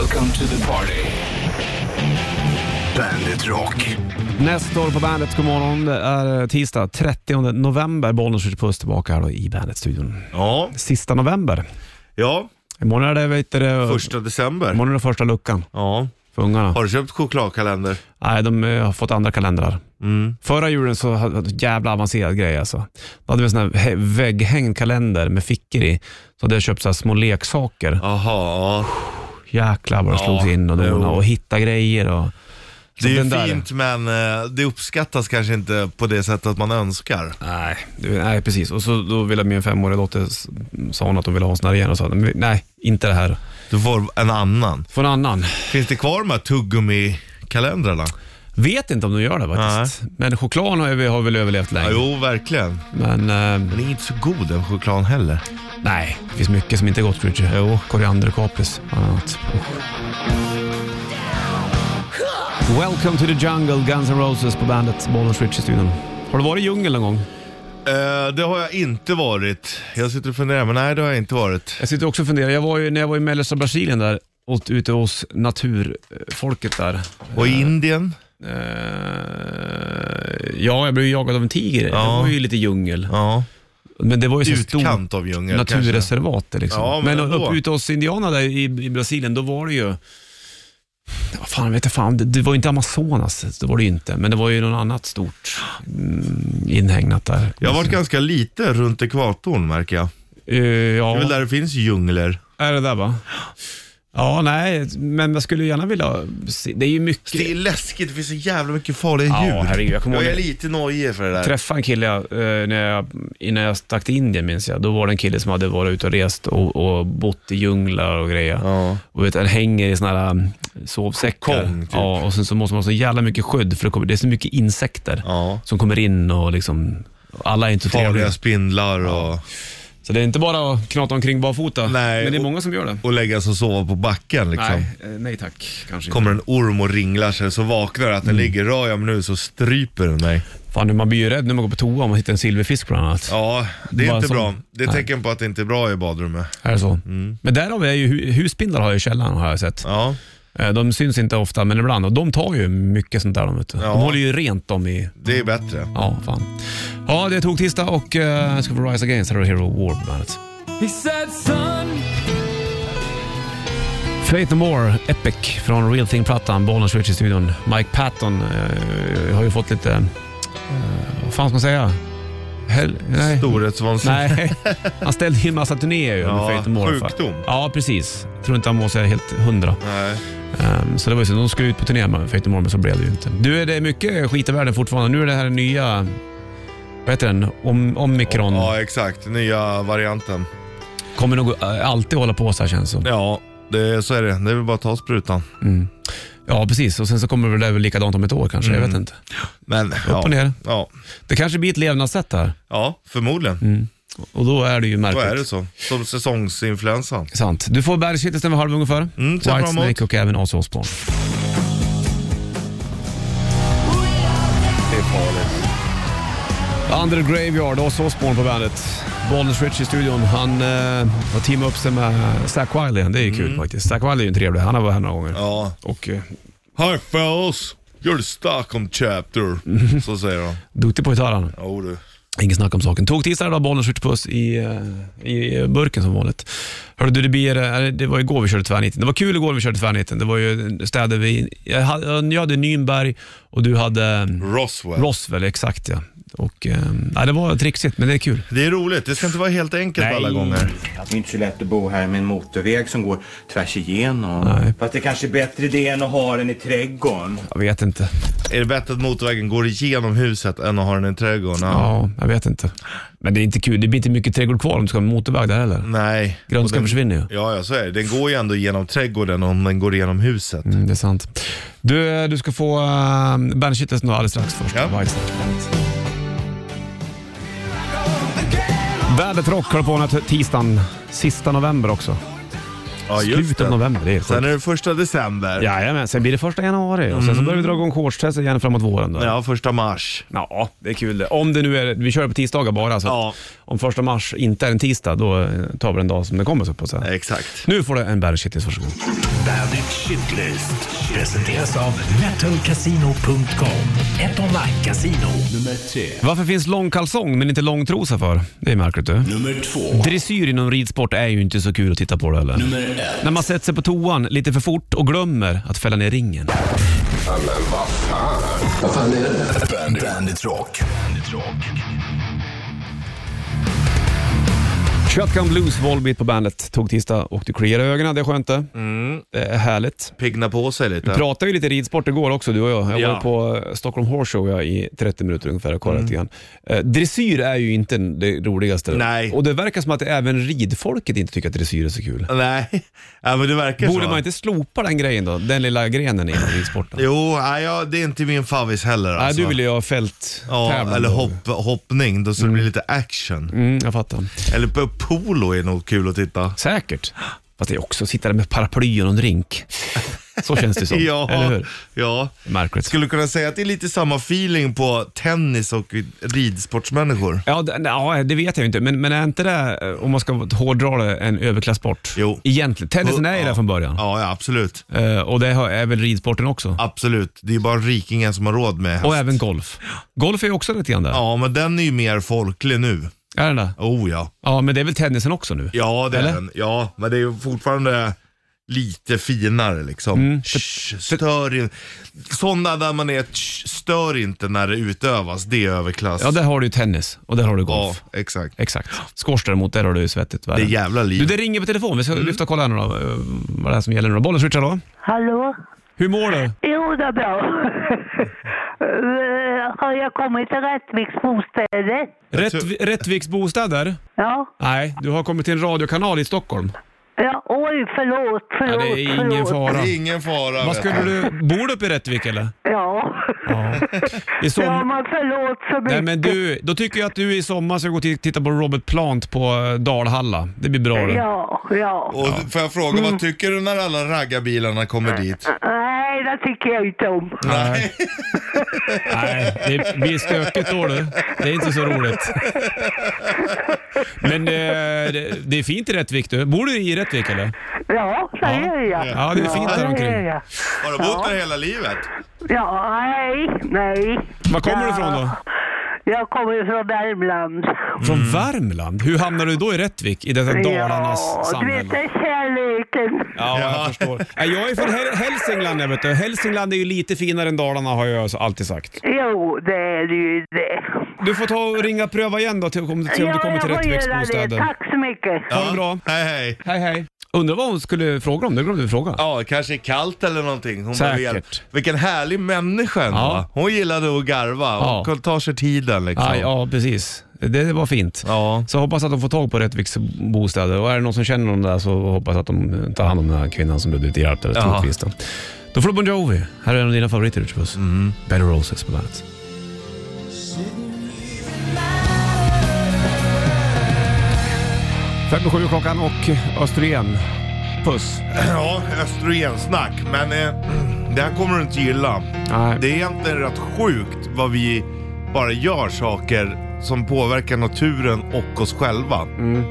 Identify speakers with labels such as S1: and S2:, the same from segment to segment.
S1: Welcome to the party. Bandit Rock.
S2: Nästa år på Bandet, god morgon. Det är tisdag 30 november. Bollnäs skjuter puss tillbaka här då i Bandet-studion.
S3: Ja.
S2: Sista november.
S3: Ja.
S2: Imorgon är det, vet du,
S3: 1 december.
S2: Imorgon är det första luckan
S3: Ja.
S2: för ungarna.
S3: Har du köpt chokladkalender?
S2: Nej, de har fått andra kalendrar. Förra julen så hade det jävla avancerad grej alltså. Då hade vi en sån här vägghängd kalender med fickor i. Så hade jag köpt så här små leksaker.
S3: Aha.
S2: Jäklar vad det slogs in och dona och hitta grejer och...
S3: Det är ju fint, men det uppskattas kanske inte på det sättet att man önskar.
S2: Nej, precis. Och så då ville min 5-åriga dotter, sa hon att hon ville ha en sån här igen och sa, nej, inte det här.
S3: Du får en annan.
S2: Får en annan.
S3: Finns det kvar de här tuggummi-kalendrarna?
S2: Vet inte om de gör det faktiskt. Nej. Men chokladen har väl överlevt länge.
S3: Ja, jo, verkligen.
S2: Men
S3: det är inte så god den chokladen heller.
S2: Nej, det finns mycket som inte är gott, Richard.
S3: Jo.
S2: Koriander och kapris. Welcome to the jungle, Guns N' Roses på Bandet, Bollnäs Richard-studion. Har du varit i djungel någon gång?
S3: Det har jag inte varit. Jag sitter och funderar, men nej, det har jag inte varit.
S2: Jag sitter också och funderar. När jag var i mellersta Brasilien där, ute hos naturfolket där.
S3: Och i Indien?
S2: Ja, jag blev jagad av en tiger.
S3: Ja.
S2: Det var ju lite djungel.
S3: Ja.
S2: Men det var ju så
S3: utkant av djungel,
S2: naturreservat liksom.
S3: Ja,
S2: men
S3: upp
S2: ute hos indianerna där i Brasilien, då var det ju... Det var ju inte Amazonas, det var det ju inte. Men det var ju något annat stort inhägnat där.
S3: Jag har varit ganska lite runt ekvatorn, märker jag.
S2: Ja.
S3: Det är väl där det finns djungler.
S2: Är det där, va? Ja, nej, men jag skulle gärna vilja se. Det är ju mycket...
S3: Det är läskigt, det finns så jävla mycket farliga djur.
S2: Herregud, jag
S3: är lite nojig för det där.
S2: Träffade en kille innan jag stack till Indien, minns jag. Då var det en kille som hade varit ute och rest och bott i djunglar och grejer.
S3: Ja.
S2: Och vet, han hänger i såna här sovsäckar.
S3: Typ.
S2: Ja, och sen så måste man ha så jävla mycket skydd, för det är så mycket insekter som kommer in och liksom... Alla är inte
S3: farliga
S2: trevliga.
S3: spindlar och...
S2: Så det är inte bara att knata omkring barfota.
S3: Nej,
S2: men det är många som gör det.
S3: Och lägga sig och sova på backen liksom.
S2: Nej tack. Kanske
S3: kommer
S2: inte.
S3: en orm och ringlar sig, så vaknar att den ligger, rör jag nu så stryper den mig.
S2: Fan, man blir ju rädd när man går på toa om man hittar en silverfisk bland annat.
S3: Ja, det är
S2: bara
S3: inte
S2: som...
S3: bra. Det är tecken på att det inte är bra i badrummet.
S2: Är det så? Men därav är ju husspindlar har jag i källaren, har jag sett.
S3: Ja.
S2: De syns inte ofta, men ibland. Och de tar ju mycket sånt där. De håller ju rent dem i...
S3: Det är bättre.
S2: Ja, fan. Ja, det tog tisdag och jag ska få Rise Against Hero War på bandet. He said, son. Fate No More, Epic från Real Thing-plattan, Bollnäs Switch i studion. Mike Patton har ju fått lite... vad fan ska man säga?
S3: Storhetsvansinne.
S2: Nej, han ställde in massa turnéer ju med Fate No More.
S3: Sjukdom.
S2: Ja, precis. Jag tror inte han måste säga helt 100.
S3: Nej.
S2: Så det var ju så, de skulle ut på turné med Fate No More, men så blev det ju inte. Du, det är mycket skit i världen fortfarande. Nu är det här nya... Vad heter den? Omikron.
S3: Ja, exakt. Nya varianten.
S2: Kommer nog alltid hålla på så här, känns det.
S3: Ja, så är det. Det är väl bara att ta sprutan.
S2: Ja, precis. Och sen så kommer det väl likadant om ett år kanske. Jag vet inte.
S3: Men,
S2: upp och ner.
S3: Ja.
S2: Det kanske blir ett levnadssätt här.
S3: Ja, förmodligen.
S2: Och då är det ju märkligt.
S3: Då är det så. Som säsongsinfluensan.
S2: Sant. Du får Bergshittesten vid halv ungefär. Whitesnake och även Ozzy Osbourne.
S3: Det är farligt.
S2: Under the Graveyard, Ozzy Osbourne på bandet. Bollnäs Rich i studion. Han har teamat upp sig med Zakk Wylde. Det är ju kul faktiskt. Zakk Wylde är ju en trevlig. Han har varit här några gånger.
S3: Ja.
S2: Och,
S3: hi fellas, you're the Stockholm chapter. Så säger han.
S2: Duktig på gitarren.
S3: Ja, du.
S2: Ingen snack om saken. Tog tisdag då, Bollnäs Rich Puss i burken som vanligt. Hörde du, det var igår vi körde tvärnitten. Det var kul igår vi körde tvärnitten. Det var ju städer jag hade Nürnberg och du hade Roswell, exakt ja. Och det var trixigt, men det är kul.
S3: Det är roligt, det ska inte vara helt enkelt alla gånger.
S4: Det är inte så lätt att bo här med en motorväg som går tvärs igenom.
S2: Nej.
S4: Fast det är kanske är bättre det än att ha den i trädgården.
S2: Jag vet inte.
S3: Är det bättre att motorvägen går igenom huset än att ha den i trädgården?
S2: Ja, jag vet inte. Men det är inte kul, det blir inte mycket trädgård kvar om du ska ha en motorväg där heller.
S3: Nej.
S2: Grönskan försvinner ju.
S3: Ja, så är det. Den går ju ändå genom trädgården om den går igenom huset.
S2: Det är sant. Du ska få Bandshittesten alldeles strax först.
S3: Ja.
S2: Bandet Rock har på den här tisdagen, sista november också.
S3: Ja, just
S2: Slutet av november, det är
S3: Sen
S2: sjukt.
S3: är det 1 december.
S2: Jajamän, sen blir det 1 januari och sen så börjar vi dra igång shortstest igen framåt våren då.
S3: Ja, 1 mars.
S2: Ja, det är kul det. Om det nu är, vi kör på tisdagar bara, så
S3: Ja.
S2: om 1 mars inte är en tisdag, då tar vi en dag som det kommer så på sig.
S3: Exakt.
S2: Nu får du en Bandit Shitlist, varsågod.
S1: Bandit Shitlist presenteras av metalcasino.com. Ett online-casino. Nummer 3.
S2: Varför finns långkalsong men inte långtrosa för? Det är märkligt du.
S1: Nummer 2.
S2: Dressyr inom ridsport är ju inte så kul att titta på det eller?
S1: Nummer 1.
S2: När man sätter sig på toan lite för fort och glömmer att fälla ner ringen.
S1: Vad fan är det? Bandit Rock. Bandit Rock.
S2: Shotgun Blues, Volbeat på bandet. Tog tisdag och du kliar ögonen, det är skönt det. Det är härligt.
S3: Pigna på sig lite.
S2: Vi pratade ju lite ridsport igår också, du och jag. Jag var på Stockholm Horse Show i 30 minuter ungefär och kollade lite grann. Dressyr är ju inte det roligaste.
S3: Nej.
S2: Och det verkar som att även ridfolket inte tycker att dressyr är så kul.
S3: Nej, ja, men det verkar
S2: Borde
S3: så.
S2: man inte slopa den grejen då? Den lilla grenen inom ridsporten?
S3: Jo, nej, det är inte min favvis heller alltså.
S2: Nej, du vill ju ha fält.
S3: eller hoppning, då så det blir lite action.
S2: Jag fattar.
S3: Eller på polo är nog kul att titta.
S2: Säkert. Fast det är också att sitta där med paraply och en drink. Så känns det som,
S3: Ja,
S2: eller hur?
S3: ja.
S2: Märkligt.
S3: Skulle kunna säga att det är lite samma feeling på tennis och ridsportsmänniskor.
S2: Ja, det vet jag ju inte. Men är inte det, om man ska hårdra det, en överklassport?
S3: Jo.
S2: Egentligen. Tennisen är ju där från början.
S3: Ja, absolut.
S2: Och det är väl ridsporten också.
S3: Absolut. Det är bara rikingen som har råd med häst.
S2: Och även golf. Golf är ju också lite grann där.
S3: Ja, men den är ju mer folklig nu.
S2: Är den där?
S3: Oh ja.
S2: Ja, men det är väl tennisen också nu?
S3: Ja, det
S2: Eller?
S3: är den. Ja, men det är ju fortfarande lite finare liksom. Stör in. Sådana där man är stör inte när det utövas, det är överklass.
S2: Ja, där har du ju tennis och där har du golf.
S3: Ja, exakt.
S2: Exakt. Squash däremot, där har du ju svettigt.
S3: Det är jävla liv.
S2: Du, det ringer på telefon. Vi ska lyfta och kolla här nu då. Vad det är som gäller nu då. Bollen switchar då.
S5: Hallå?
S2: Hur mår du?
S5: Jo, det är bra. Har jag kommit till Rättviks bostäder?
S2: Rättviks bostäder?
S5: Ja.
S2: Nej, du har kommit till en radiokanal i Stockholm.
S5: Ja, oj, förlåt.
S2: Ja, det är ingen fara.
S3: Det är ingen fara.
S2: Vad skulle du... Bor du uppe i Rättvik eller?
S5: Ja.
S2: Ja.
S5: Ja, men förlåt så mycket.
S2: Nej, men du, då tycker jag att du i sommar ska gå och titta på Robert Plant på Dalhalla. Det blir bra det.
S5: Ja.
S3: Och får jag fråga, vad tycker du när alla raggarbilarna kommer dit?
S5: Nej, det tycker jag inte om.
S3: Nej.
S2: Nej, det blir stökigt då du. Det är inte så roligt. Men det är fint i Rättvik du. Bor du i Rättvik eller?
S5: Ja, det gör jag.
S2: Ja, det är fint där omkring.
S5: det gör jag.
S3: Har du bott där hela livet?
S5: Ja, nej.
S2: Var kommer du ifrån då?
S5: Jag kommer från Värmland.
S2: Från Värmland? Hur hamnar du då i Rättvik? I detta Dalarnas
S5: Du
S2: samhälle?
S5: vet, det är kärleken.
S2: Ja, jag förstår. Jag är från Hälsingland, jag vet du. Hälsingland är ju lite finare än Dalarna, har jag alltid sagt.
S5: Jo, det är ju det.
S2: Du får ta och ringa och pröva igen då, till om du kommer till Rättviks bostäder.
S5: Tack så mycket.
S2: Ha det bra.
S3: Hej.
S2: Hej. Undrar vad hon skulle fråga om, det glömde vi fråga.
S3: Ja, kanske kallt eller någonting. Hon
S2: Säkert.
S3: Vilken härlig människa ändå.
S2: Ja.
S3: Hon gillade att garva och tar sig tiden liksom.
S2: Ja, precis. Det var fint.
S3: Ja.
S2: Så hoppas att de får tag på Rättviks bostäder. Och är det någon som känner någon där, så hoppas att de tar hand om den här kvinnan som blev lite hjälpt. Eller troligtvis då. Då får du Bon Jovi. Här är en av dina favoriter, Richard Puss. Better Roses på bandet. 5:07 klockan och Österlen. Puss.
S3: Ja, östrogensnack. Men det här kommer du inte gilla.
S2: Nej.
S3: Det är egentligen rätt sjukt vad vi bara gör saker som påverkar naturen och oss själva.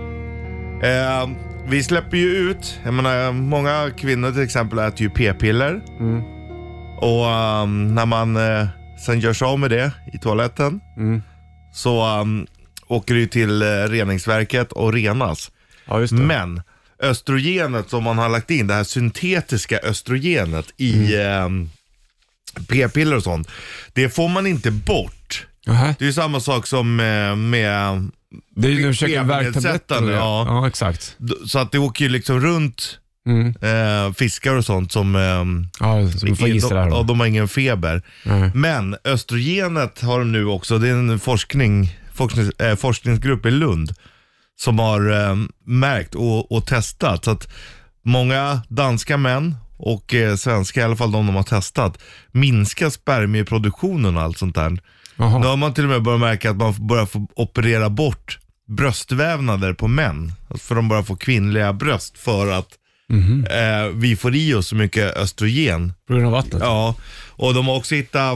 S3: Vi släpper ju ut, jag menar, många kvinnor till exempel äter ju p-piller. Och när man sen gör sig av med det i toaletten så åker det till reningsverket och renas.
S2: Ja, just det.
S3: Men östrogenet som man har lagt in, det här syntetiska östrogenet i p-piller och sånt, det får man inte bort. Det är ju samma sak som med
S2: det är ju försöker värktabletter.
S3: Ja,
S2: exakt.
S3: så att det åker ju liksom runt fiskar och sånt som
S2: som får gissa det här då.
S3: de har ingen feber. Men östrogenet har de nu också, det är en forskningsgrupp i Lund som har märkt och testat, så att många danska män och svenska, i alla fall de har testat, minskar spermieproduktionen och allt sånt där.
S2: Aha.
S3: Nu har man till och med börjat märka att man börjar få operera bort bröstvävnader på män, för de börjar få kvinnliga bröst för att vi får i oss så mycket östrogen.
S2: På grund av vattnet?
S3: Ja, och de har också hittat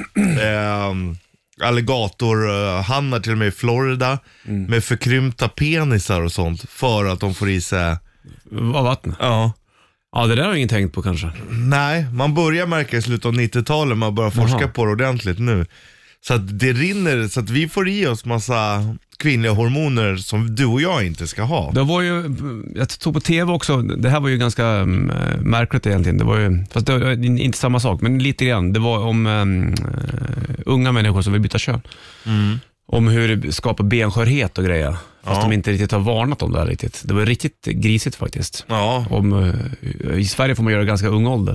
S3: alligatorhannar till och med i Florida med förkrympta penisar och sånt för att de får i sig
S2: Av vattnet?
S3: Ja.
S2: Ja, det där har jag ingen tänkt på kanske.
S3: Nej, man börjar märka i slutet av 90-talet, man börjar forska på det ordentligt nu. Så att det rinner, så att vi får i oss massa kvinnliga hormoner som du och jag inte ska ha.
S2: Det var ju, jag tog på tv också, det här var ju ganska märkligt egentligen. Det var ju, fast det var inte samma sak, men lite grann. Det var om unga människor som vill byta kön. Om hur det skapar benskörhet och grejer. Fast de inte riktigt har varnat om det här riktigt. Det var riktigt grisigt faktiskt.
S3: Ja.
S2: I Sverige får man göra ganska ung ålder.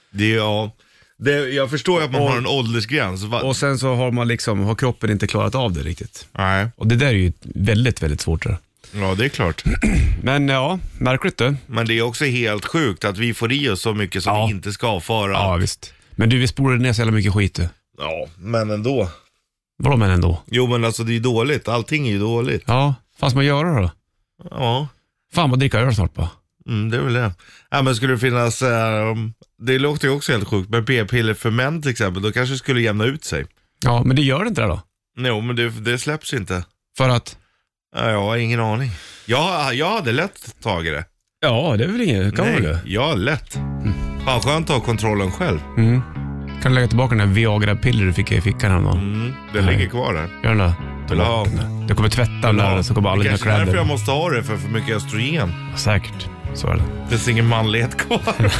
S3: Jag förstår att man har en åldersgräns.
S2: Och sen så har kroppen inte klarat av det riktigt.
S3: Nej.
S2: Och det där är ju väldigt, väldigt svårt.
S3: Ja, det är klart.
S2: Men ja, märkligt det.
S3: Men det är också helt sjukt att vi får i oss så mycket som vi inte ska för att...
S2: Ja, visst. Men du, vi spolade ner så jävla mycket skit.
S3: Ja, men ändå.
S2: Vadå men ändå?
S3: Jo, men alltså det är dåligt. Allting är ju dåligt.
S2: Ja, vad ska man göra då?
S3: Ja.
S2: Fan, vad dricka öl snart bara.
S3: Det är väl det. Ja, men skulle det finnas... det låter ju också helt sjukt. Men p-piller för män till exempel, då kanske det skulle jämna ut sig.
S2: Ja, men det gör det inte det då?
S3: Jo, men det släpps inte.
S2: För att?
S3: Ja, jag har ingen aning. Jag hade lätt tagit det.
S2: Ja, det är väl inget. Kan
S3: Nej, jag har lätt. Fan, skönt att ta kontrollen själv.
S2: Kan du lägga tillbaka den där Viagra-piller du fick i fickan här då?
S3: Den ligger kvar där.
S2: Gör den där?
S3: Ja.
S2: Du kommer tvätta den där så kommer alla dina
S3: kläder. Det är därför
S2: kläder.
S3: jag måste ha det, för mycket östrogen.
S2: Ja, säkert, så är det.
S3: Det finns ingen manlighet kvar.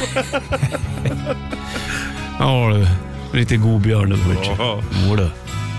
S2: Ja, du. Lite god björn nu.
S3: Ja.
S2: Morde.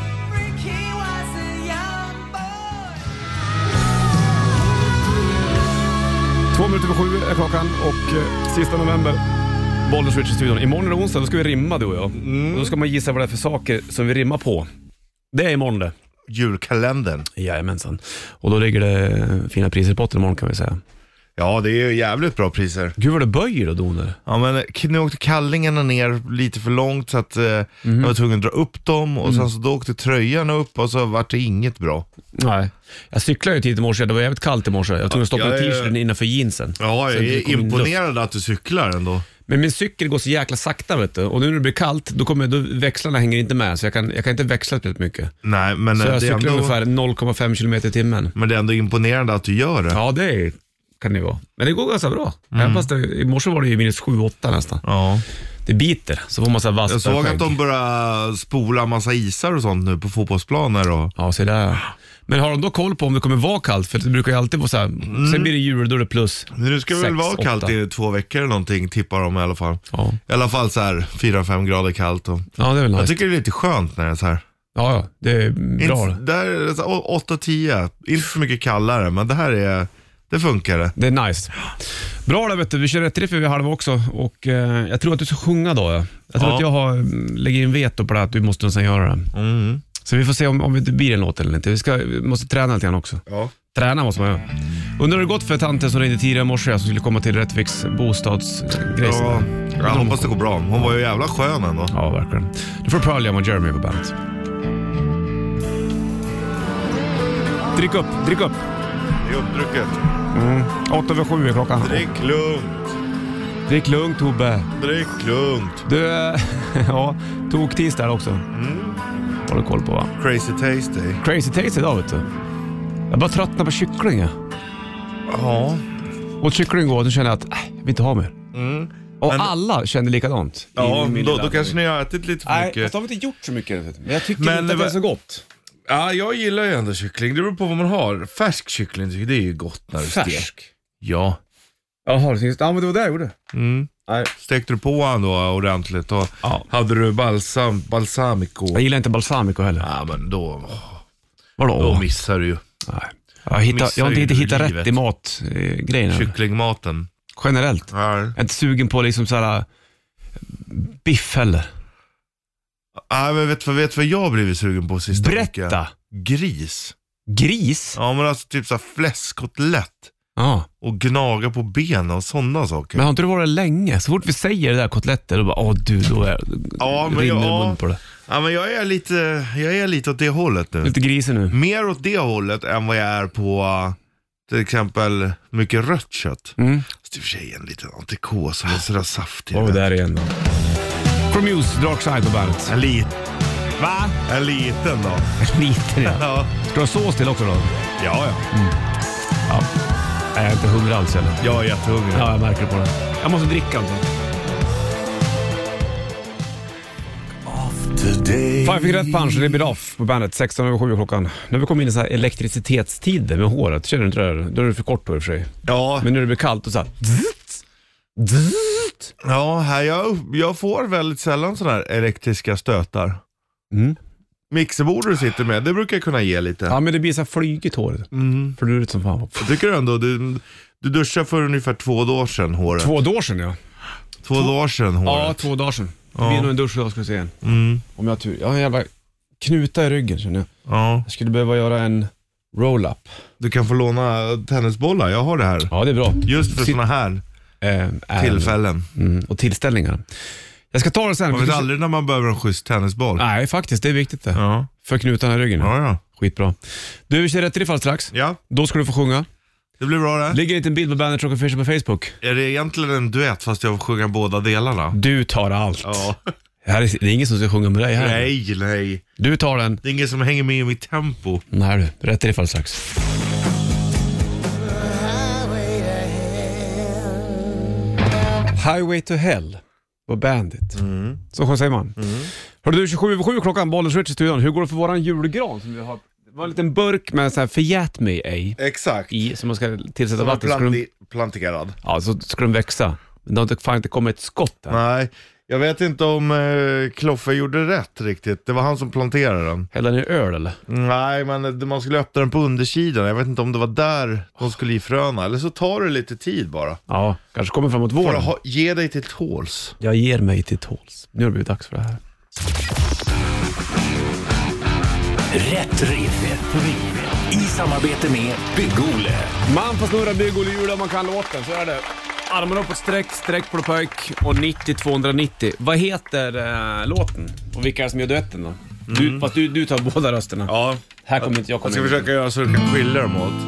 S2: Två minuter över 7 är klockan och sista november. Bollnäs Switch i studion. Imorgon är det onsdag, då ska vi rimma du och jag. Och då ska man gissa vad det är för saker som vi rimmar på. Det är imorgon det.
S3: Julkalendern.
S2: Jajamensan. Och då ligger det fina priser i potten imorgon kan vi säga.
S3: Ja, det är ju jävligt bra priser.
S2: Gud vad det böjer då, doner.
S3: Ja, men nu åkte kallingarna ner lite för långt så att jag var tvungen att dra upp dem. Och sen så då åkte tröjan upp och så vart det inget bra.
S2: Nej. Jag cyklade ju tidigt i morse, det var jävligt kallt i morse. Jag tog att stoppa t-shirten innanför jeansen.
S3: Ja, jag är imponerad att du cyklar ändå.
S2: Men min cykel går så jäkla sakta vet du. Och nu när det blir kallt, då växlarna hänger inte med. Så jag kan inte växla speciellt mycket.
S3: Nej, men
S2: så jag
S3: det
S2: cyklar
S3: ändå...
S2: ungefär 0,5 km i timmen.
S3: Men det är ändå imponerande att du gör det.
S2: Ja, det kan det vara. Men det går ganska bra. Fast i morse var det ju minus 7-8 nästan.
S3: Ja.
S2: Det biter, så får man så här vass.
S3: Jag såg att de börjar spola massa isar och sånt nu på fotbollsplaner. Och...
S2: Ja, så där. Men har de då koll på om det kommer vara kallt? För det brukar ju alltid vara så här. Sen blir det jul, då är det plus.
S3: Men nu ska det väl vara kallt i 2 veckor eller någonting, tippar de i alla fall.
S2: Ja.
S3: I alla fall så här 4-5 grader kallt. Och...
S2: Ja, det är väl nice.
S3: Jag tycker det är lite skönt när det är så här.
S2: Ja, det är bra.
S3: Där är 8-10, inte så mycket kallare, men det här är... Det funkar det.
S2: Det är nice. Bra då vet du, vi kör rätt riff vid halv också. Och jag tror att du ska sjunga då. Jag tror att jag lägger in veto på det att du måste nästan göra det. Så vi får se om det blir en låt eller inte. Vi måste träna lite grann också.
S3: Ja.
S2: Träna måste man göra. Undrar det gått för tanten som ringde tidigare i morse som skulle komma till Rättvix bostadsgrej.
S3: Ja, jag hoppas det går bra. Hon var ju jävla skön ändå.
S2: Ja, verkligen. Du får Pearl Jam och Jeremy på bandet. Drick upp.
S3: Det är uppdrucket.
S2: 8:07 är klockan.
S3: Drick lugnt.
S2: Drick lugnt, Tobbe.
S3: Drick lugnt.
S2: Du, ja, tog tisdag där också. Har du koll på va?
S3: Crazy Tasty.
S2: Crazy Taste idag vet du. Jag bara tröttnar på kyckling.
S3: Ja.
S2: Och kyckling går, då känner jag att jag vill inte ha mer. Och
S3: Men...
S2: alla känner likadant.
S3: Ja, då kanske ni har ätit lite för
S2: Nej,
S3: mycket.
S2: fast har vi inte gjort så mycket. Men jag tycker
S3: Men
S2: inte att det är så gott.
S3: Ja, jag gillar ju ändå kyckling. Det beror på vad man har. Färsk kyckling, det är ju gott när du stek.
S2: Färsk?
S3: Ja.
S2: Jaha, men det var det jag gjorde. Nej.
S3: Stekte du på han då ordentligt och hade du balsamico?
S2: Jag gillar inte balsamico heller.
S3: Ja, men då
S2: Vadå?
S3: missar du ju.
S2: Nej. Jag har inte hittat rätt i matgrejerna.
S3: Kycklingmaten.
S2: Generellt.
S3: Ja.
S2: Jag är inte sugen på liksom såhär biff heller.
S3: Ja, men vet vad jag har blivit sugen på sista veckan?
S2: Berätta.
S3: Gris.
S2: Gris?
S3: Ja, men alltså typ såhär fläskkotlett.
S2: Ja.
S3: Och gnaga på benen och sådana saker.
S2: Men har inte det varit länge? Så fort vi säger det där kotletter, då bara, då rinner mun på det.
S3: Ja, men jag är lite åt det hållet nu.
S2: Lite grisen nu.
S3: Mer åt det hållet än vad jag är på till exempel mycket rött kött. Så det är för sig en liten entrecote som är sådär saftig.
S2: Och där igen då. From Muse, Dark Side på bandet.
S3: En liten.
S2: Va?
S3: En liten då.
S2: En liten, ja.
S3: Ja.
S2: Ska du ha sås till också då?
S3: Ja.
S2: Ja. Jag är inte hungrig alls eller?
S3: Jag är jättehungrig.
S2: Ja, jag märker det på det. Jag måste dricka alltså. Five Finger Death Punch, Rip It Off på bandet, 16:07 klockan. Nu har vi kommit in i så här elektricitetstider med håret. Känner du inte det där? Då är det för kort hår i och för sig.
S3: Ja.
S2: Men när det blir kallt och så här...
S3: Ja, här jag får väldigt sällan sådana här elektriska stötar. Mixerbord du sitter med, det brukar jag kunna ge lite.
S2: Ja, men det blir så här flygigt håret. För du är lite som fan.
S3: Jag tycker ändå, du duschade för ungefär 2 dagar sedan håret.
S2: 2 dagar sedan, ja.
S3: 2 dagar sedan håret.
S2: Ja, 2 dagar sedan. Det blir nog en dusch idag, ska vi se igen. Om jag har tur. Jag har en jävla knuta i ryggen, känner jag.
S3: Ja.
S2: Jag skulle behöva göra en roll-up.
S3: Du kan få låna tennisbollar, jag har det här.
S2: Ja, det är bra.
S3: Just för såna här tillfällen.
S2: Och tillställningar. Jag ska ta det sen.
S3: Man vet aldrig när man behöver en schysst tennisboll.
S2: Nej, faktiskt, det är viktigt det.
S3: Ja.
S2: För knutarna i ryggen.
S3: Ja.
S2: Skitbra. Du, vi kör rätt i fall strax.
S3: Ja,
S2: Då ska du få sjunga.
S3: det blir bra det.
S2: Ligger inte en bild på Bandit Rock Official på Facebook.
S3: Är det egentligen en duett fast jag får sjunga båda delarna?
S2: Du tar allt.
S3: Ja.
S2: Det är ingen som ska sjunga med dig här.
S3: Nej.
S2: Du tar den.
S3: Det är ingen som hänger med i mitt tempo.
S2: Nej du, rätt i fall strax. Highway to Hell på Bandit. Så säger man. Hörde du, 27:07 klockan, Bollens Rich i studion. Hur går det för våran julgran som vi har? Det var en liten burk med så här förgät mig
S3: Exakt.
S2: i som man ska tillsätta
S3: Som
S2: vatten.
S3: planterad.
S2: Ja, så ska de växa. Men det har inte kommit ett skott här.
S3: Nej, jag vet inte om Kloffe gjorde rätt riktigt. Det var han som planterade den.
S2: Häller ni öl eller?
S3: Nej, men man skulle öppna den på undersidan. Jag vet inte om det var där de skulle i fröna. Eller så tar det lite tid bara.
S2: Ja, kanske kommer framåt
S3: För
S2: våren.
S3: att ge dig till tåls.
S2: Jag ger mig till tåls. Nu har det blivit dags för det här.
S1: Rätt riff. I samarbete med Bygg-Ole.
S2: Man får snurra Bygg-Ole om man kan låten, så är det. Armarna upp på sträck på pojk och 90-290. Vad heter låten? Och vilka är det som gör duetten då? Fast du tar båda rösterna.
S3: Ja.
S2: Här kommer inte jag komma
S3: ska
S2: in.
S3: försöka göra så du kan skilja dem åt.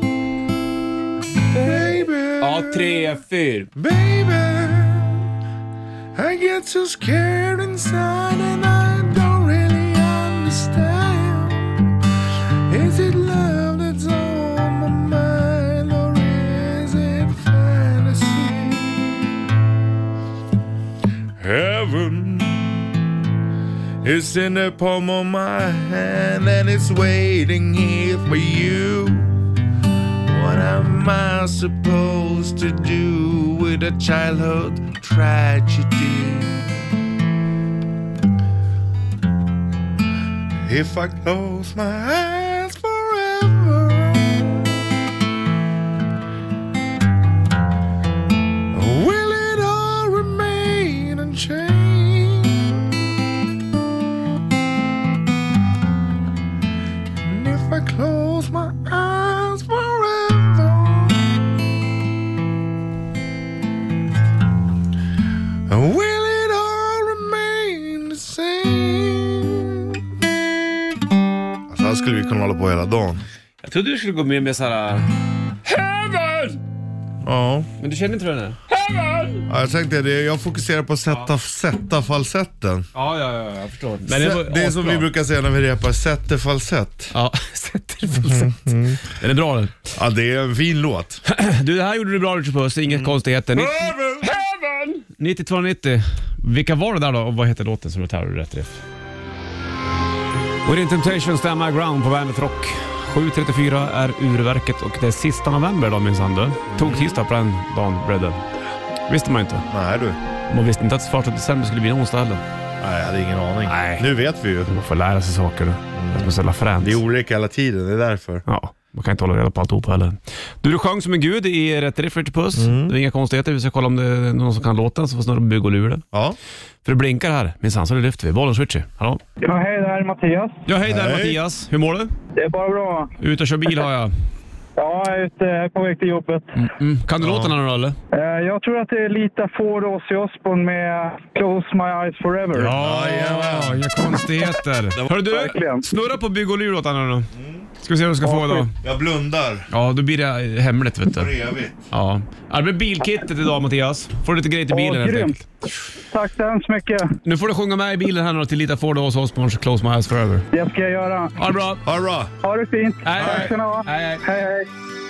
S3: Baby.
S2: Ja, 3, 4.
S3: Baby, I get so scared inside and I don't really understand. Is it love that's on my mind or is it fantasy? Heaven is in the palm of my hand and it's waiting here for you. What am I supposed to do with a childhood tragedy? If I close my eyes forever, will it all remain unchanged? And if I close my eyes forever, will it all remain the same? Alltså här skulle vi kunna hålla på hela dagen.
S2: Jag trodde du skulle gå med så här Heaven!
S3: Ja.
S2: Men du känner inte den här? Heaven!
S3: Ja, jag tänkte det, jag fokuserar på att sätta falsetten.
S2: Ja, jag förstår. Men
S3: Det är som vi brukar säga när vi repar, sätter falsett.
S2: Ja, sätter falsett. Den är bra den.
S3: Ja, det är en fin låt.
S2: Du, det här gjorde du bra, Richard Puss. Inga konstigheter. Heaven! 9290. Vilka var det där då? Och vad heter låten som du tar rätt riff? Within Temptation, Stand My Ground på Bandit Rock. 7.34 är urverket och det är sista november då, minns han du. Tog tisdag på den dagen, Bredden. Visste man inte.
S3: Nej du.
S2: Man visste inte att 1 december skulle bli en onsdag heller.
S3: Nej, jag hade ingen aning.
S2: Nej.
S3: Nu vet vi ju.
S2: Man får lära sig saker. Att man ställa fränt.
S3: Det är olika hela tiden, det är därför.
S2: Ja, man kan inte hålla reda på alltihop heller. Du sjöng som en gud i Rätt riff, Richard Puss. Det är inga konstigheter. Vi ska kolla om det är någon som kan låten, så får snurra Bygg och lura.
S3: Ja.
S2: För det blinkar här. Minsann, så det lyfter vi. Bollen switcher. Hallå?
S6: Ja, hej, det här är Mattias.
S2: Ja, hej där
S3: Hej.
S2: Mattias. Hur mår du?
S6: Det är bara bra.
S2: Ut och kör bil har jag.
S6: Ja, jag är ute på väg till jobbet.
S2: Kan du låten då eller?
S6: Jag tror att det är lite Ford Ozzy Osbourne med Close My Eyes Forever.
S2: Ja, inga konstigheter. Hör du,
S6: Verkligen.
S2: snurra på Bygg och lura-låtan nu då. Ska vi se vad du ska få idag.
S3: Jag blundar.
S2: Ja, då blir det hemligt, vet
S3: För
S2: du.
S3: evigt.
S2: Ja. Det blir bilkittet idag, Mattias. Får du lite grejer till bilen helt
S6: grymt.
S2: enkelt.
S6: Tack så hemskt mycket.
S2: Nu får du sjunga med i bilen här och till Lita Ford hos Osbourne, Close My Eyes Forever.
S6: Det ska jag göra.
S2: Ha det bra.
S3: Ha det bra.
S6: Ha det fint.
S2: Hej,
S6: Tack ska ni ha.
S2: hej, hej.
S6: Hej, hej.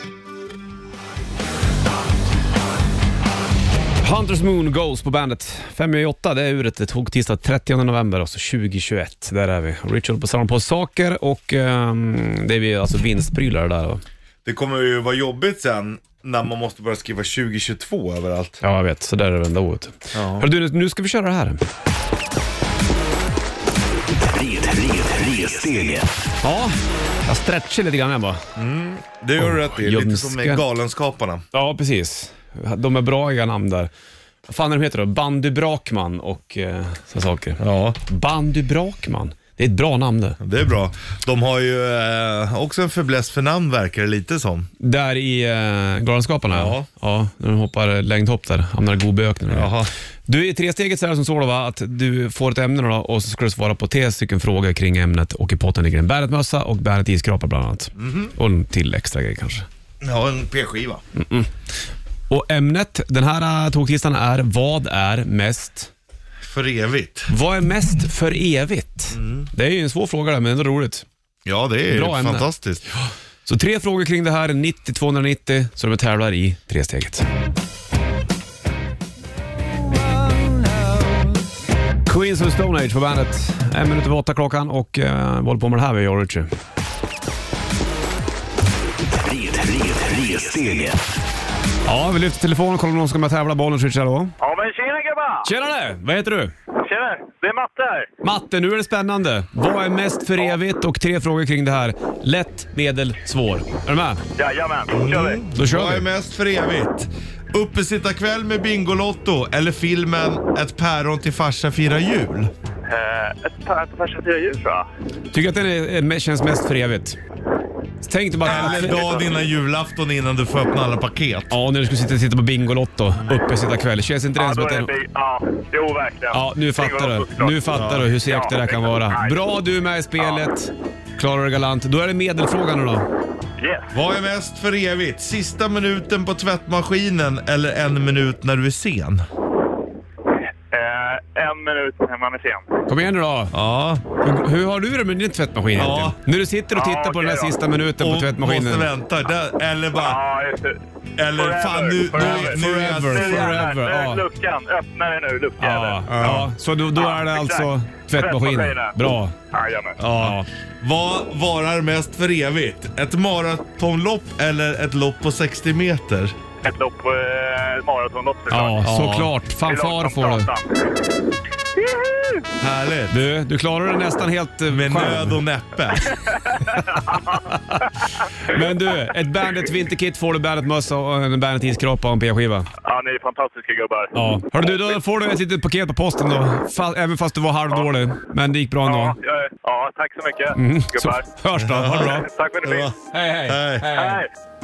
S2: Hunters Moon Goes på bandet. 5:08, det är uret. Det tog tisdag 30 november, alltså 2021. Där är vi. Richard på samman på saker och det är alltså vinstprylar där då.
S3: Det kommer ju vara jobbigt sen när man måste börja skriva 2022 överallt.
S2: Ja, jag vet. Så där är det vända året.
S3: Ja.
S2: Hörru du, nu ska vi köra det här.
S1: Steget.
S2: Ja, jag stretchar lite grann här bara.
S3: Det gör du rätt i. Lite som
S2: ljumskar.
S3: med Galenskaparna.
S2: Ja, precis. De är bra i namn där. Vad fan är de heter då? Bandy Brakman och sådana saker.
S3: Ja,
S2: Bandy Brakman. Det är ett bra namn det.
S3: det är bra. De har ju också en förbläst för namn, verkar det lite som.
S2: Där i Galenskaparna.
S3: Ja.
S2: Ja, när de hoppar längdhopp där. Hamnar i godböknen.
S3: Jaha.
S2: Du, i 3-steget så är det som så då, va? Att du får ett ämne då, och så ska du svara på 3 stycken frågor kring ämnet och i potten ligger en Bandet-mössa och Bandet-iskrapa bland annat. Och en till extra grej kanske.
S3: Ja, en p-skiva.
S2: Och ämnet den här tågtisdagen är: vad är mest?
S3: För evigt.
S2: Vad är mest för evigt? Det är ju en svår fråga där, men det är roligt.
S3: Ja, det är
S2: Bra ämne.
S3: fantastiskt.
S2: Så 3 frågor kring det här, 90-290, så de tävlar i 3-steget. Queens of Stone Age på bandet. 1:08 klockan och håller på med det här med George Ritchie.
S1: Steget.
S2: Ja, vi lyfter telefonen och kollar om någon ska med tävla. Bollen Ritchie då.
S7: Ja, men tjena gubbar!
S2: Tjenare, vad heter du?
S7: Tjena, det är Matte här.
S2: Matte, nu är det spännande. Vad är mest för evigt? Och 3 frågor kring det här. Lätt, medel, svår. Är du med?
S7: Jajamän, då kör vi.
S2: Då kör
S3: Vad är
S2: vi.
S3: mest för evigt? Uppesittarkväll med Bingolotto eller filmen Ett päron till farsa firar jul?
S7: Ett par till första 4 jul, tror jag.
S2: Tycker att den känns mest för evigt. Tänk dig bara...
S3: Eller dagen innan julafton innan du får öppna alla paket.
S2: Ja, när du skulle sitta och titta på Bingolotto uppe sitta kväll. Känns inte det
S7: Ja,
S2: som
S7: då
S2: att
S7: är
S2: det...
S7: det, ja, jo verkligen.
S2: Ja, nu fattar du. Nu fattar du hur segt det där kan vara. Bra, du är med i spelet. Klarar du galant. Då är det medelfrågan nu då.
S7: Yes.
S3: Vad är mest för evigt? Sista minuten på tvättmaskinen eller 1 minut när du är sen?
S7: 1 minut när man är sen.
S2: Kom igen nu då.
S3: Ja.
S2: Hur har du det med din tvättmaskin egentligen?
S3: Ja.
S2: När du sitter och tittar på den här
S7: okej då.
S2: sista minuten på
S3: Och
S2: tvättmaskinen.
S3: måste vänta. Eller bara...
S7: Ja, just det.
S3: Eller
S7: Forever,
S3: fan nu...
S7: forever.
S3: Nu är jag...
S2: Forever, ja.
S7: Luckan, öppna den nu, luckan.
S2: Ja, ja. Så då är det alltså tvättmaskinen. Bra.
S7: Jajamän.
S3: Ja. Vad varar mest för evigt? Ett maratonlopp eller ett lopp på 60 meter?
S7: Ett lopp, maratonlopp.
S2: Ja, såklart. Fanfar får du.
S3: Härligt.
S2: Du klarar det nästan helt
S3: Med
S2: själv.
S3: nöd och näppe.
S2: Men du, ett Bandet vinterkit får du, Bandet-mössa och en Bandet-iskrapa och en p-skiva.
S7: Ja, ni är fantastiska gubbar.
S2: Ja. Hörru du, då får du ett litet paket på posten då. Även fast du var halvdålig. Men det gick bra ändå.
S7: Ja, tack så mycket,
S2: Så
S7: gubbar.
S2: hörs då. Ha det bra.
S7: Tack för att ni finns.
S2: Hej, hej.
S3: Hej.
S7: Hej.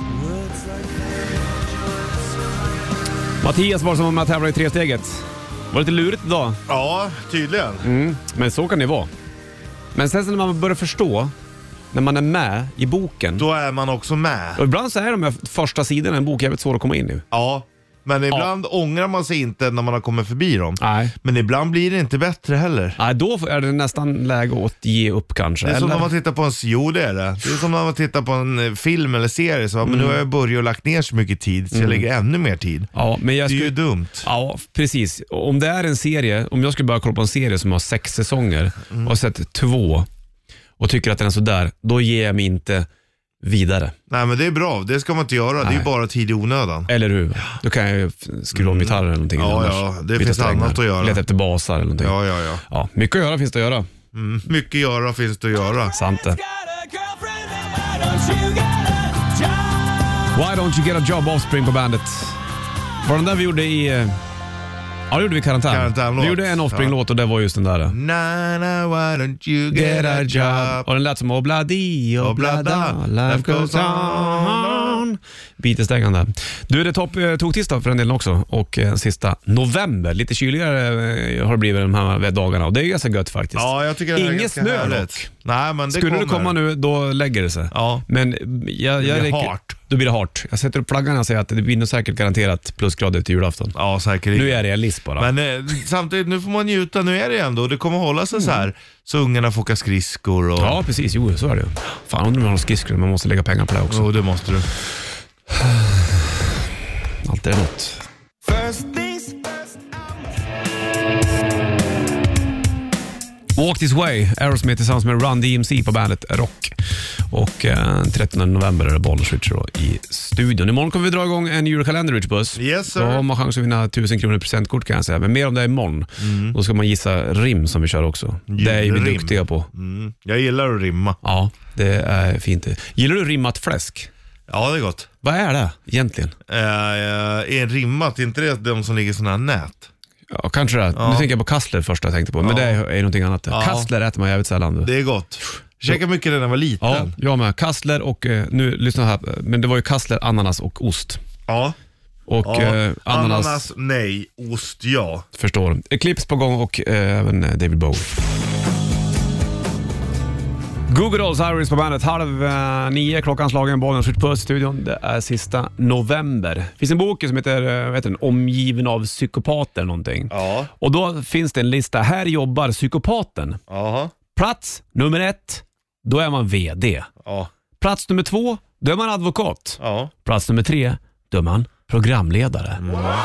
S2: Mattias var som med att tävla i 3-steget. Var lite lurigt idag.
S3: Ja, tydligen.
S2: Men så kan det vara. Men sen när man börjar förstå, när man är med i boken.
S3: Då är man också med.
S2: Och ibland så är de här första sidorna i en bok jävligt svår att komma in i.
S3: Ja, men ibland ångrar man sig inte när man har kommit förbi dem.
S2: Nej.
S3: Men ibland blir det inte bättre heller.
S2: Nej, då är det nästan läge att ge upp kanske.
S3: Det är som
S2: eller?
S3: när man tittar på jo det är det. Det är som när man tittar på en film eller serie så, men nu har jag börjat och lagt ner så mycket tid så jag lägger ännu mer tid.
S2: Ja, men jag
S3: Det är
S2: skulle...
S3: ju dumt.
S2: Ja, precis. Om det är en serie, om jag skulle börja kolla på en serie som har 6 säsonger och har sett 2 och tycker att den är så där, då ger jag mig inte vidare.
S3: Nej, men det är bra. Det ska man inte göra. Det är ju bara tid i onödan.
S2: Eller hur? Då kan jag ju skruva om gitarren eller någonting.
S3: Ja,
S2: annars
S3: ja, det
S2: byta
S3: finns
S2: strängar.
S3: annat att göra.
S2: Leta efter basar eller någonting.
S3: Ja, ja, ja.
S2: Ja, mycket att göra finns det att göra.
S3: Mycket göra finns det att göra.
S2: Sant det. Why don't you get a job, Offspring på bandet? Var den där vi gjorde i... Ja, det gjorde vi i
S3: Karantänlåt.
S2: Vi gjorde en Offspring-låt och det var just den där.
S3: Na, na, why don't you get a job?
S2: Och den lät som obladi, oblada, life goes on. Bitestängande. Du, är det tog-tisdag för en del också. Och sista november. Lite kyligare har det blivit de här dagarna. Och det är ganska gött faktiskt.
S3: Ja, jag tycker det är
S2: Ingen
S3: ganska
S2: snö
S3: härligt.
S2: dock.
S3: Nej, men det
S2: Skulle det komma nu, då lägger det sig.
S3: Ja.
S2: Men jag
S3: blir hart.
S2: Då blir det hart. Jag sätter upp flaggan och säger att det blir nog säkert garanterat plusgrader till julafton.
S3: Ja, säkert.
S2: Nu är det realist bara.
S3: Men samtidigt, nu får man njuta. Nu är det ändå. Det kommer hålla sig så här. Så ungarna får åka skridskor. Och...
S2: Ja, precis. Jo, så är det ju. Fan, undrar om man har skridskor. Man måste lägga pengar på det också.
S3: Jo, det måste du.
S2: Allt är något. Walk This Way, Aerosmith tillsammans med Run DMC på bandet Rock. Och 13 november är det Bollnäs Richard i studion. Imorgon kommer vi dra igång en julkalender, Richard Puss.
S3: Yes, sir.
S2: Då har man chans att vinna 1000 kronor presentkort, kan jag säga. Men mer om det imorgon. Då ska man gissa rim som vi kör också. Det är vi duktiga på.
S3: Jag gillar att rimma.
S2: Ja, det är fint. Gillar du rimmat fläsk?
S3: Ja, det är gott.
S2: Vad är det egentligen?
S3: Är rimmat, inte det de som ligger i sådana här nät?
S2: Ja, kanske det. Nu tänker jag på kassler först jag tänkte på. Men det är någonting annat.
S3: Ja.
S2: Kassler äter man jävligt sällan.
S3: Det är gott. Käkade mycket när jag var liten.
S2: Ja, jag med. Kassler och, nu lyssna här, men det var ju kassler, ananas och ost.
S3: Ja.
S2: Och ananas,
S3: nej. Ost, ja.
S2: förstår. Eclipse på gång och även David Bowie. Google Dolls, Iris på bandet. 8:30 klockan slagen, bollen skjuter på studion. Det är sista november. Det finns en bok som heter Omgiven av psykopater någonting.
S3: Ja.
S2: Och då finns det en lista. Här jobbar psykopaten.
S3: Jaha.
S2: Plats nummer 1, då är man vd.
S3: Ja.
S2: Plats nummer 2, då är man advokat.
S3: Ja.
S2: Plats nummer 3, då är man programledare.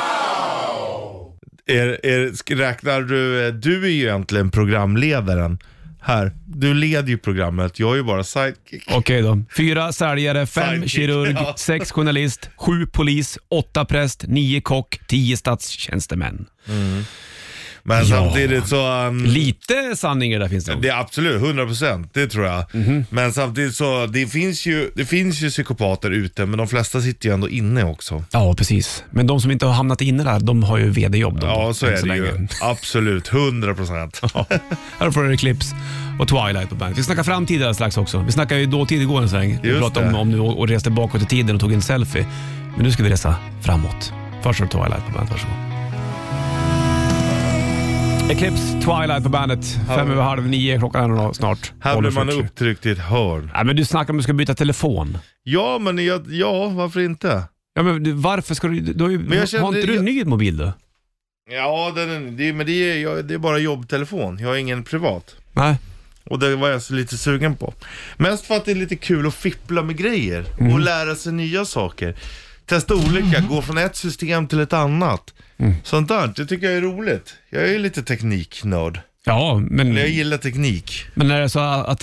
S3: Räknar du är ju egentligen programledaren här. Du leder ju programmet. Jag är ju bara sidekick.
S2: Okej då. 4 säljare, 5
S3: Sidekick,
S2: kirurg,
S3: ja.
S2: 6 journalist, 7 polis, 8 präst, 9 kock, 10 statstjänstemän.
S3: Men samtidigt så...
S2: Lite sanning i det där finns det.
S3: Det är absolut, 100%, det tror jag. Men samtidigt så, det finns ju psykopater ute, men de flesta sitter ju ändå inne också.
S2: Ja, precis. Men de som inte har hamnat inne där, de har ju vd-jobb.
S3: Ja, så är det
S2: länge.
S3: ju. Absolut, 100%.
S2: Ja. Här får du Eclipse och Twilight på bandet. Vi snackar framtid alldeles strax också. Vi snackade ju dåtid igår en sväng. Vi pratade om du och reste bakåt i tiden och tog en selfie. Men nu ska vi resa framåt. Först har du Twilight på bandet, varsågod. Eclipse, Twilight på bandet. 8:30 klockan är snart.
S3: Här blir man upptryckt i ett hörn.
S2: Ja, men du snackar om att du ska byta telefon.
S3: Ja, men varför inte?
S2: Ja, men varför ska du har ju, har inte du en ny mobil då?
S3: Ja, det är bara jobbtelefon. Jag har ingen privat.
S2: Nej.
S3: Och det var jag så lite sugen på. Mest för att det är lite kul att fippla med grejer. Och lära sig nya saker. Testa olika, gå från ett system till ett annat. Sånt där, det tycker jag är roligt. Jag är lite tekniknörd.
S2: Ja, men
S3: Jag gillar teknik.
S2: Men är det så att det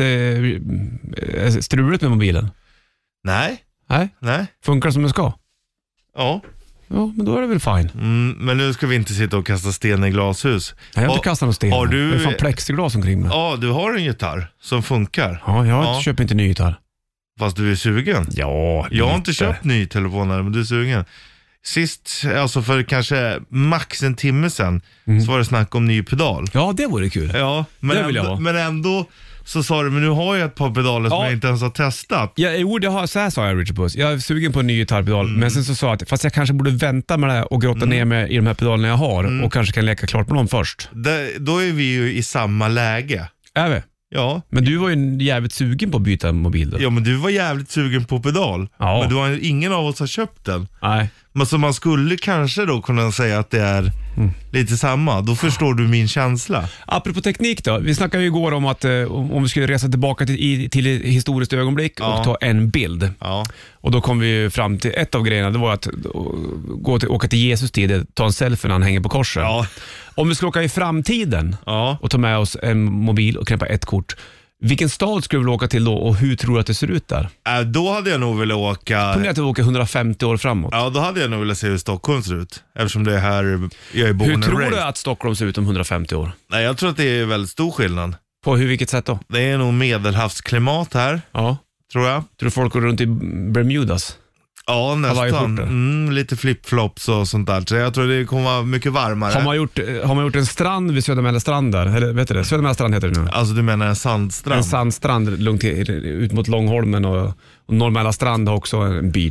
S2: är struligt med mobilen?
S3: Nej.
S2: Nej. Funkar det som det ska?
S3: Ja.
S2: Ja, men då är det väl fine.
S3: Men nu ska vi inte sitta och kasta sten i glashus.
S2: Jag har inte kastat någon sten.
S3: Har du...
S2: Det är fan plexiglas omkring mig.
S3: Ja, du har en gitarr som funkar.
S2: Ja, jag köper inte ny gitarr.
S3: Fast du är sugen.
S2: Ja,
S3: jag har inte köpt ny telefon här, men du är sugen. Sist, alltså för kanske max en timme sedan, så var det snack om ny pedal.
S2: Ja, det vore kul.
S3: Ja, men,
S2: det vill jag ha.
S3: Men ändå så sa du, men nu har jag ett par pedaler som jag inte ens har testat.
S2: Ja, så här sa jag, Richard Puss. Jag är sugen på en ny gitarrpedal, men sen så sa jag att fast jag kanske borde vänta med det och grotta ner mig i de här pedalerna jag har och kanske kan leka klart med dem först.
S3: Då är vi ju i samma läge.
S2: Är vi?
S3: Ja.
S2: Men du var ju jävligt sugen på att byta mobil då.
S3: Ja, men du var jävligt sugen på pedal.
S2: Ja.
S3: Men du har, ingen av oss har köpt den.
S2: Nej.
S3: Men så man skulle kanske då kunna säga att det är lite samma. Då förstår du min känsla.
S2: Apropå teknik då. Vi snackade ju igår om att om vi skulle resa tillbaka till ett historiskt ögonblick och ta en bild.
S3: Ja.
S2: Och då kom vi fram till ett av grejerna. Det var att åka till Jesus tid, ta en selfie när han hänger på korset.
S3: Ja.
S2: Om vi skulle åka i framtiden och ta med oss en mobil och knäppa ett kort. Vilken stad skulle vi åka till då och hur tror du att det ser ut där?
S3: Då hade jag nog velat åka...
S2: Ponera att vi åker 150 år framåt.
S3: Ja, då hade jag nog velat se hur Stockholm ser ut. Eftersom det är här jag är born and
S2: Hur tror
S3: raised.
S2: du att Stockholm ser ut om 150 år?
S3: Nej, jag tror att det är väldigt stor skillnad.
S2: På vilket sätt då?
S3: Det är nog medelhavsklimat här,
S2: Ja.
S3: tror jag.
S2: Tror du folk går runt i Bermudas?
S3: Ja, nästan. Lite flipflops och sånt där. Så jag tror det kommer vara mycket varmare.
S2: Har man gjort en strand vid Södermälarstrand där? Eller vet du det? Södermälarstrand heter det nu.
S3: Alltså du menar en sandstrand?
S2: En sandstrand långt ut mot Långholmen och Norrmälarstrand har också en beach.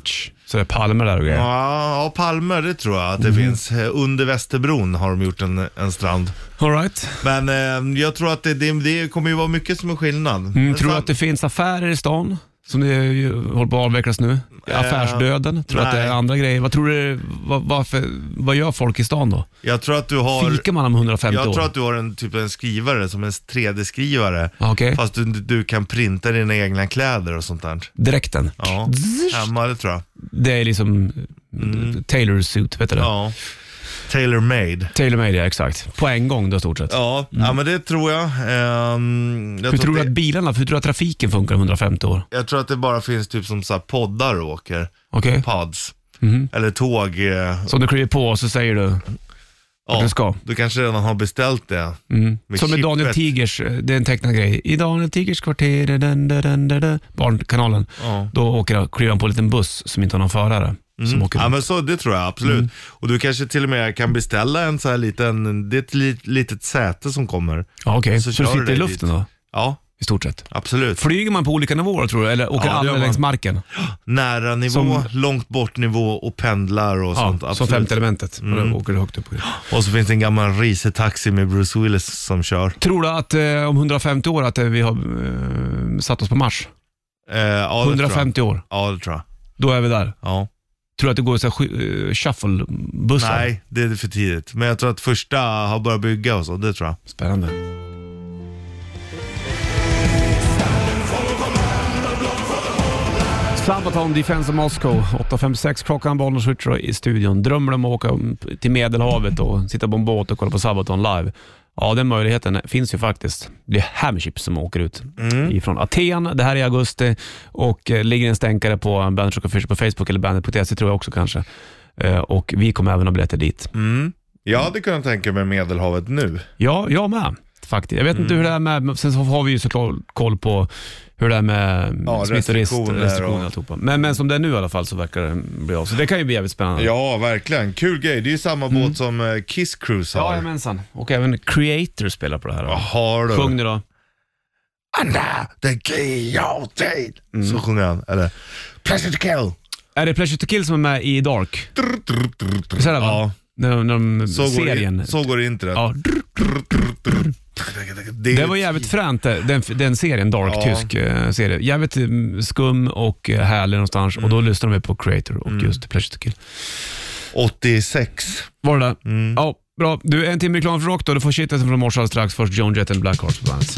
S2: Så det är palmer där och grejer.
S3: Ja, palmer, det tror jag att det finns. Under Västerbron har de gjort en strand.
S2: All right.
S3: Men jag tror att det kommer ju vara mycket som är skillnad.
S2: Tror du att det finns affärer i stan som det håller på att avvecklas nu? Affärsdöden? Tror du att det är andra grejer? Vad tror du, vad gör folk i stan då?
S3: Jag tror att du har...
S2: Fikar man om 150 år?
S3: Jag tror att du har en skrivare, som en 3D-skrivare.
S2: Okay.
S3: Fast du kan printa dina egna kläder och sånt där.
S2: Direkten?
S3: Ja, hemma, det tror jag.
S2: Det är liksom tailor suit, vet du det?
S3: Ja. Tailor-made,
S2: ja, exakt. På en gång då, stort sett.
S3: Ja, ja, men det tror jag.
S2: Hur tror du att bilarna, hur tror du att trafiken funkar om 150 år?
S3: Jag tror att det bara finns typ som så här poddar och åker.
S2: Okay.
S3: Pods. Eller tåg.
S2: Som du kliver på och så säger du att du ska.
S3: Du kanske redan har beställt det.
S2: Som med Daniel Tigers, det är en tecknad grej. I Daniel Tigers kvarter, barnkanalen. Då kliver han på en liten buss som inte har någon förare.
S3: Ja, men så, det tror jag absolut. Och du kanske till och med kan beställa en så här liten, det är ett litet säte som kommer.
S2: Ja, okej. Så du sitter i luften då?
S3: Ja.
S2: I stort sett.
S3: Absolut.
S2: Flyger man på olika nivåer, tror du? Eller åker alla längs marken?
S3: Nära nivå, långt bort nivå och pendlar och sånt. Absolut.
S2: Som femte elementet. Och åker högt upp.
S3: Och så finns det en gammal risetaxi med Bruce Willis som kör.
S2: Tror du att om 150 år att vi har satt oss på Mars?
S3: Ja,
S2: 150 år?
S3: Ja, det tror jag.
S2: Då är vi där?
S3: Ja.
S2: Tror du att det går så shuffle-bussar?
S3: Nej, det är för tidigt. Men jag tror att första har börjat bygga och så, det tror jag.
S2: Spännande. Sabaton, Defense of Moscow, 8.56 klockan, Bollnäs Switcher i studion. Drömmer om att åka till Medelhavet och sitta på en båt och kolla på Sabaton live? Ja, den möjligheten finns ju faktiskt. Det är Hammership som åker ut ifrån Aten. Det här är i augusti och ligger en stänkare på Bandit Rock Official på Facebook eller bandet.se tror jag också kanske. Och vi kommer även ha biljetter dit.
S3: Jag hade kunnat tänka mig Medelhavet nu.
S2: Ja, jag med. Faktiskt. Jag vet inte hur det är med, sen så har vi ju så koll på hur det är med restriktioner och alltihopa. Men som det är nu i alla fall så verkar det bli av. Så det kan ju bli jävligt spännande.
S3: Ja, verkligen. Kul grej. Det är ju samma båt som Kiss Cruise har.
S2: Ja, jamensan. Och även Creator spelar på det här.
S3: Jaha, då.
S2: Sjung nu då.
S3: Under the guillotine. Så sjunger han. Eller Pleasure to Kill.
S2: Är det Pleasure to Kill som är med i Dark? Så det, va? När serien.
S3: Så går det inte.
S2: Ja. Det var jävligt fränt, den serien, Dark, tysk serie. Jävligt skum och härlig någonstans. Och då lyssnade de på Creator och just Pleasure to Kill.
S3: 86.
S2: Var det där? Ja, bra. Du, en timme reklam för rock då. Du får shitet från morse strax. Först Joan Jett and Black Hearts på bandet.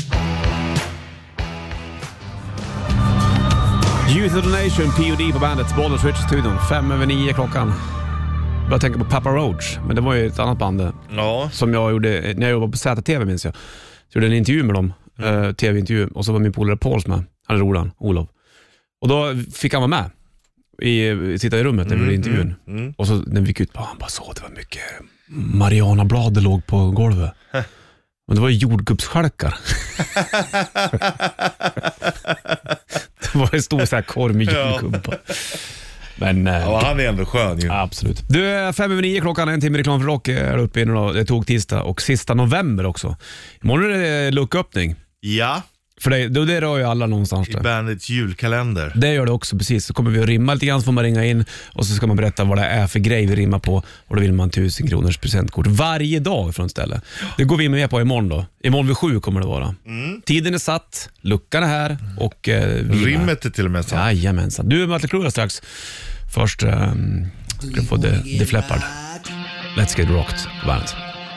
S2: Youth of the Nation, POD på bandet. Bollnäs Switch-studion. 8:05 klockan. Jag började tänka på Papa Roach, men det var ju ett annat band som jag gjorde när jag jobbade på ZTV, minns jag. Så gjorde en intervju med dem, tv-intervju, och så var min polare Pauls med, han är rodan, Olof. Och då fick han vara med, sitta i rummet över intervjun. Och så när vi gick ut, han bara så, det var mycket marijuanablad det låg på golvet. Men det var ju jordgubbsskälkar. Det var en stor så här korv med jordgubbar. Men,
S3: han är ändå skön ju.
S2: Absolut. Du, 8:05 klockan, en timme reklam för rock är uppe in och det tog tisdag och sista november också. Imorgon är det lucköppning.
S3: Ja.
S2: För det rör ju alla någonstans där.
S3: I bandets julkalender.
S2: Det gör det också, precis. Så kommer vi att rimma lite grann, så får man ringa in och så ska man berätta vad det är för grej vi rimmar på. Och då vill man 1000 kronors presentkort varje dag från stället. Det går vi med på imorgon då. Imorgon vid 7 kommer det vara. Tiden är satt, luckan är här och
S3: rimmet är till och med satt.
S2: Jajamensan. Du, Mötley Crüe strax. Först ska du få The Fleppard. Let's Get Rocked på bandet.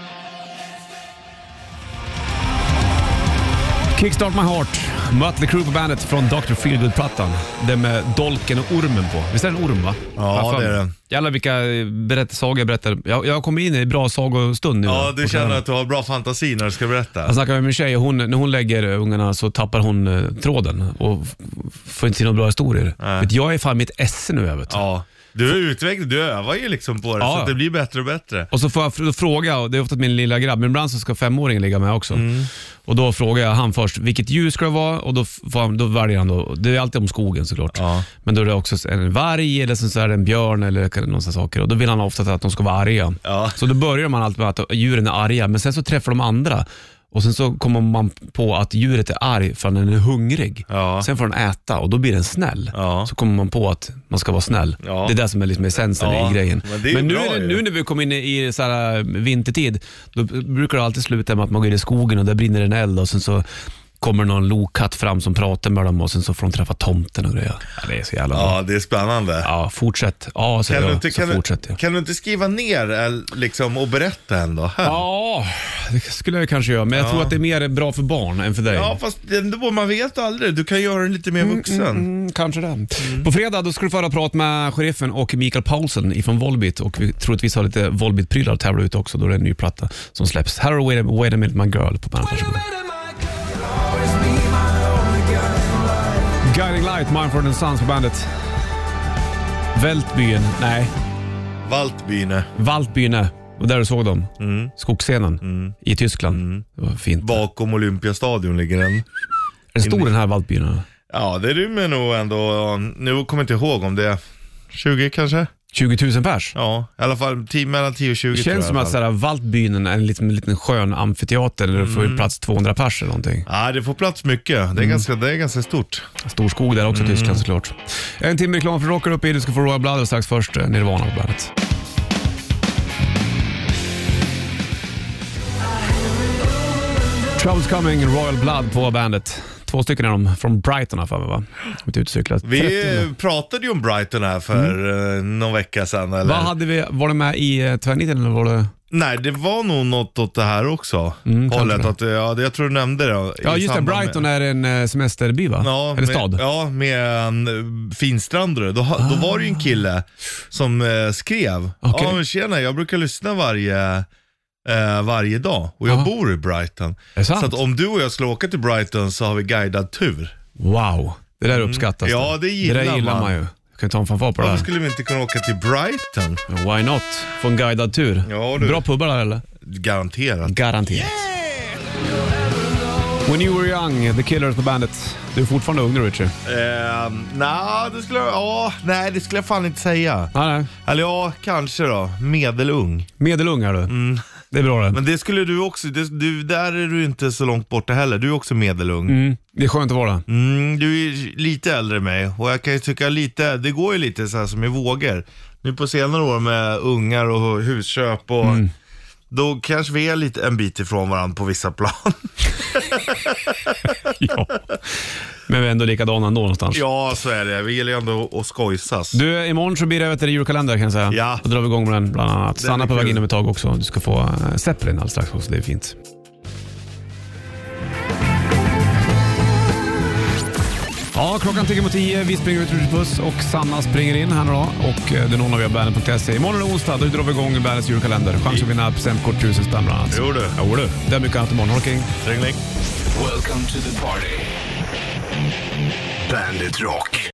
S2: Kickstart My Heart, Mötley Crüe på bandet från Dr. Feelgood-plattan. Det med dolken och ormen på. Visst är det en orm, va?
S3: Ja, det är det.
S2: Jävlar vilka sagor jag berättar. Jag kommer in i bra sagostund nu.
S3: Ja, du känner att du har bra fantasi när du ska berätta.
S2: Jag snackar med min tjej och när hon lägger ungarna så tappar hon tråden och får inte se några bra historier. Jag är fan mitt esse nu, jag vet.
S3: Ja. Du övar ju liksom på det, så att det blir bättre och bättre.
S2: Och så får jag fråga, och det är ofta min lilla grabb, men ibland så ska 5-åringen ligga med också. Och då frågar jag han först, vilket djur ska det vara? Och då väljer han då, det är alltid om skogen såklart. Men då är det också en varg eller så är det en björn eller någon sån saker. Och då vill han ofta att de ska vara arga. Så då börjar man alltid med att djuren är arga, men sen så träffar de andra. Och sen så kommer man på att djuret är arg för att den är hungrig.
S3: Ja.
S2: Sen får den äta och då blir den snäll.
S3: Ja.
S2: Så kommer man på att man ska vara snäll.
S3: Ja.
S2: Det är det som är liksom essensen i grejen.
S3: Men
S2: nu,
S3: bra,
S2: nu när vi kommer in i så här vintertid, då brukar det alltid sluta med att man går in i skogen och där brinner en eld och sen så kommer någon lokatt fram som pratar med dem och sen så får de träffa tomten och grejer. Ja, det är så jävla bra.
S3: Ja, det är spännande.
S2: Ja, fortsätt. Ja, så fortsätt.
S3: Kan du inte skriva ner liksom, och berätta ändå? Här.
S2: Ja, det skulle jag kanske göra. Men jag tror att det är mer bra för barn än för dig.
S3: Ja, fast man vet aldrig. Du kan göra den lite mer vuxen.
S2: Kanske det. På fredag då ska du föra prat med sheriffen och Mikael Paulsen ifrån Volbeat. Och vi troligtvis har lite Volbeat-prylar att tävla ut också. Då är det en ny platta som släpps. Här har Wait a Minute My Girl på bandet. Guiding Light, Mumford & Sons på bandet. Vältbyen, nej. Valtbyne. Och där du såg dem. Skogsscenen i Tyskland. Det var fint.
S3: Bakom Olympiastadion ligger den.
S2: Är det stor den här Valtbyn?
S3: Ja, det rymmer nog ändå. Nu kommer jag inte ihåg om det är 20 kanske.
S2: 20 000 pers?
S3: Ja, i alla fall mellan 10 och 20.
S2: Det känns som att Valtbyn är en liten skön amfiteater där det får plats 200 pers eller någonting.
S3: Ja, det får plats mycket. Det är ganska stort.
S2: Stor skog där också, Tyskland såklart. En timme reklam för rockar upp i. Du ska få Royal Blood och strax först Nirvana på bandet. Troubles Coming, Royal Blood på bandet. 2 stycken är de från Brighton här för mig, va?
S3: Vi pratade ju om Brighton här för någon vecka sedan. Eller?
S2: Vad hade vi, var det med i tvärnitten eller var det?
S3: Nej, det var nog något åt det här också. Hållet att, jag tror du nämnde det.
S2: Ja, just det. Brighton är en semesterby, va?
S3: Ja,
S2: eller stad?
S3: Ja, med finstrandare. Då var det ju en kille som skrev.
S2: Okay.
S3: Ja, men tjena, jag brukar lyssna varje dag och jag bor i Brighton. Så att om du och jag skulle åka till Brighton så har vi guidad tur.
S2: Wow, det där uppskattas.
S3: Ja, det gillar
S2: man ju. Kan ta en fanfar på det här.
S3: Varför skulle vi inte kunna åka till Brighton?
S2: Why not? Få en guidad tur.
S3: Ja, du.
S2: Bra pubbar där eller?
S3: Garanterat.
S2: When you were young, The Killers på bandet. Du är fortfarande ung, Richard.
S3: Nej, det skulle jag fan inte säga.
S2: Nej.
S3: Eller ja, kanske då. Medelung.
S2: Medelung är du. Det är bra det.
S3: Men det skulle du också. Där är du inte så långt borta heller. Du är också medelung.
S2: Det är skönt att vara.
S3: Du är lite äldre än mig. Och jag kan ju tycka det går ju lite så här som i vågor. Nu på senare år med ungar och husköp och då kanske vi är lite en bit ifrån varandra på vissa plan.
S2: Ja. Men vi är ändå likadana ändå någonstans.
S3: Ja, så är det. Vi gillar ju ändå att skojsas.
S2: Du, imorgon så blir det julkalender kan jag säga.
S3: Ja.
S2: Då drar vi igång med den bland annat. Stanna på väg in om ett tag också. Du ska få Zeppelin alldeles strax också. Det är fint. Ja, klockan tickar mot 10. Vi springer ut ur buss och Sanna springer in här nu då. Och det är någon av er bandet.se. Imorgon är onsdag, då drar vi igång Bandets julkalender. Chans att vinna presentkort 1000 spänn bland annat.
S3: Jo du.
S2: Det är mycket annat imorgon. Håll king.
S3: Ringling.
S1: Welcome to the party. Bandit Rock.